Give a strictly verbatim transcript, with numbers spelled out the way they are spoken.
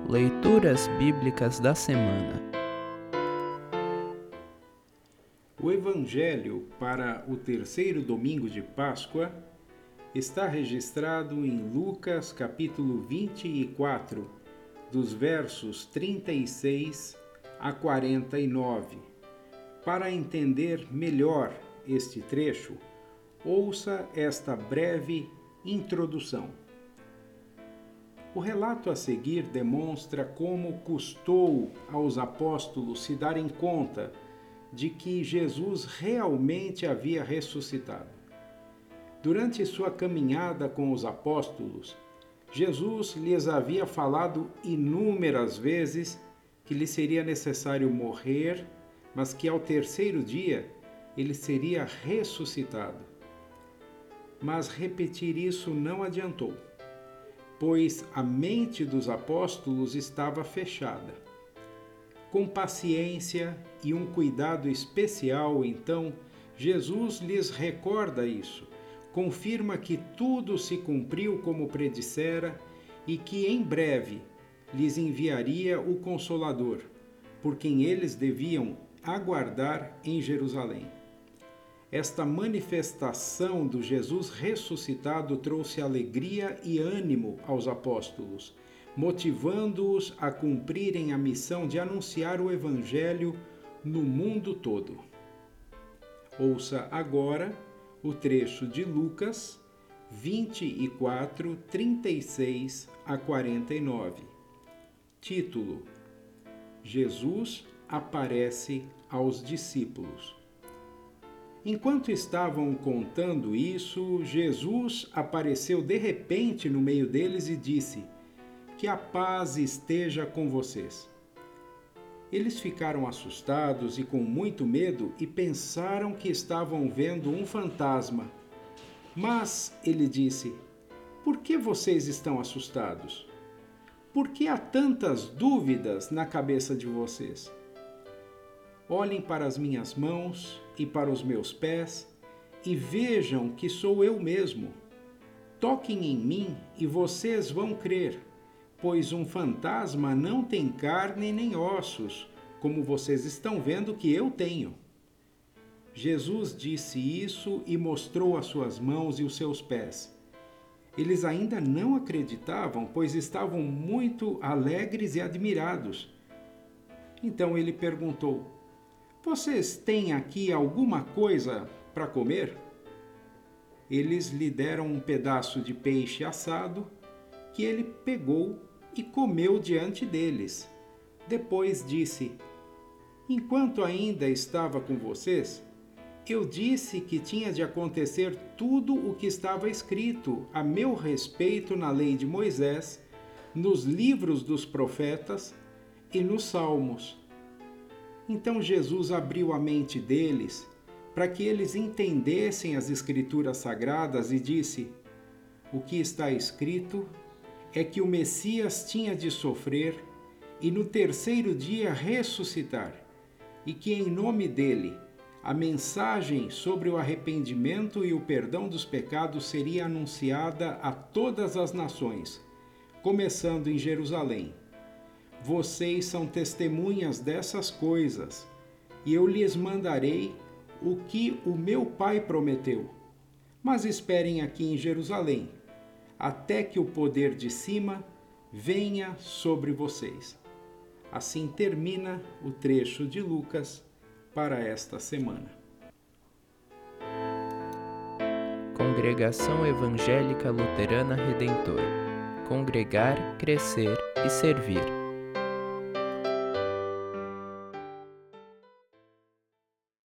Leituras Bíblicas da Semana. O Evangelho para o terceiro domingo de Páscoa está registrado em Lucas capítulo vinte e quatro, dos versos trinta e seis a quarenta e nove. Para entender melhor este trecho, ouça esta breve introdução. O relato a seguir demonstra como custou aos apóstolos se darem conta de que Jesus realmente havia ressuscitado. Durante sua caminhada com os apóstolos, Jesus lhes havia falado inúmeras vezes que lhe seria necessário morrer, mas que ao terceiro dia ele seria ressuscitado. Mas repetir isso não adiantou, pois a mente dos apóstolos estava fechada. Com paciência e um cuidado especial, então, Jesus lhes recorda isso, confirma que tudo se cumpriu como predissera e que em breve lhes enviaria o Consolador, por quem eles deviam aguardar em Jerusalém. Esta manifestação do Jesus ressuscitado trouxe alegria e ânimo aos apóstolos, motivando-os a cumprirem a missão de anunciar o Evangelho no mundo todo. Ouça agora o trecho de Lucas vinte e quatro, trinta e seis a quarenta e nove. Título: Jesus aparece aos discípulos. Enquanto estavam contando isso, Jesus apareceu de repente no meio deles e disse: "Que a paz esteja com vocês." Eles ficaram assustados e com muito medo e pensaram que estavam vendo um fantasma. Mas ele disse: "Por que vocês estão assustados? Por que há tantas dúvidas na cabeça de vocês? Olhem para as minhas mãos e para os meus pés e vejam que sou eu mesmo. Toquem em mim e vocês vão crer, pois um fantasma não tem carne nem ossos, como vocês estão vendo que eu tenho." Jesus disse isso e mostrou as suas mãos e os seus pés. Eles ainda não acreditavam, pois estavam muito alegres e admirados. Então ele perguntou: "Vocês têm aqui alguma coisa para comer?" Eles lhe deram um pedaço de peixe assado, que ele pegou e comeu diante deles. Depois disse: "Enquanto ainda estava com vocês, eu disse que tinha de acontecer tudo o que estava escrito a meu respeito na lei de Moisés, nos livros dos profetas e nos salmos." Então Jesus abriu a mente deles para que eles entendessem as Escrituras Sagradas e disse: "O que está escrito é que o Messias tinha de sofrer e no terceiro dia ressuscitar, e que em nome dele a mensagem sobre o arrependimento e o perdão dos pecados seria anunciada a todas as nações, começando em Jerusalém. Vocês são testemunhas dessas coisas, e eu lhes mandarei o que o meu Pai prometeu. Mas esperem aqui em Jerusalém, até que o poder de cima venha sobre vocês." Assim termina o trecho de Lucas para esta semana. Congregação Evangélica Luterana Redentor. Congregar, crescer e servir.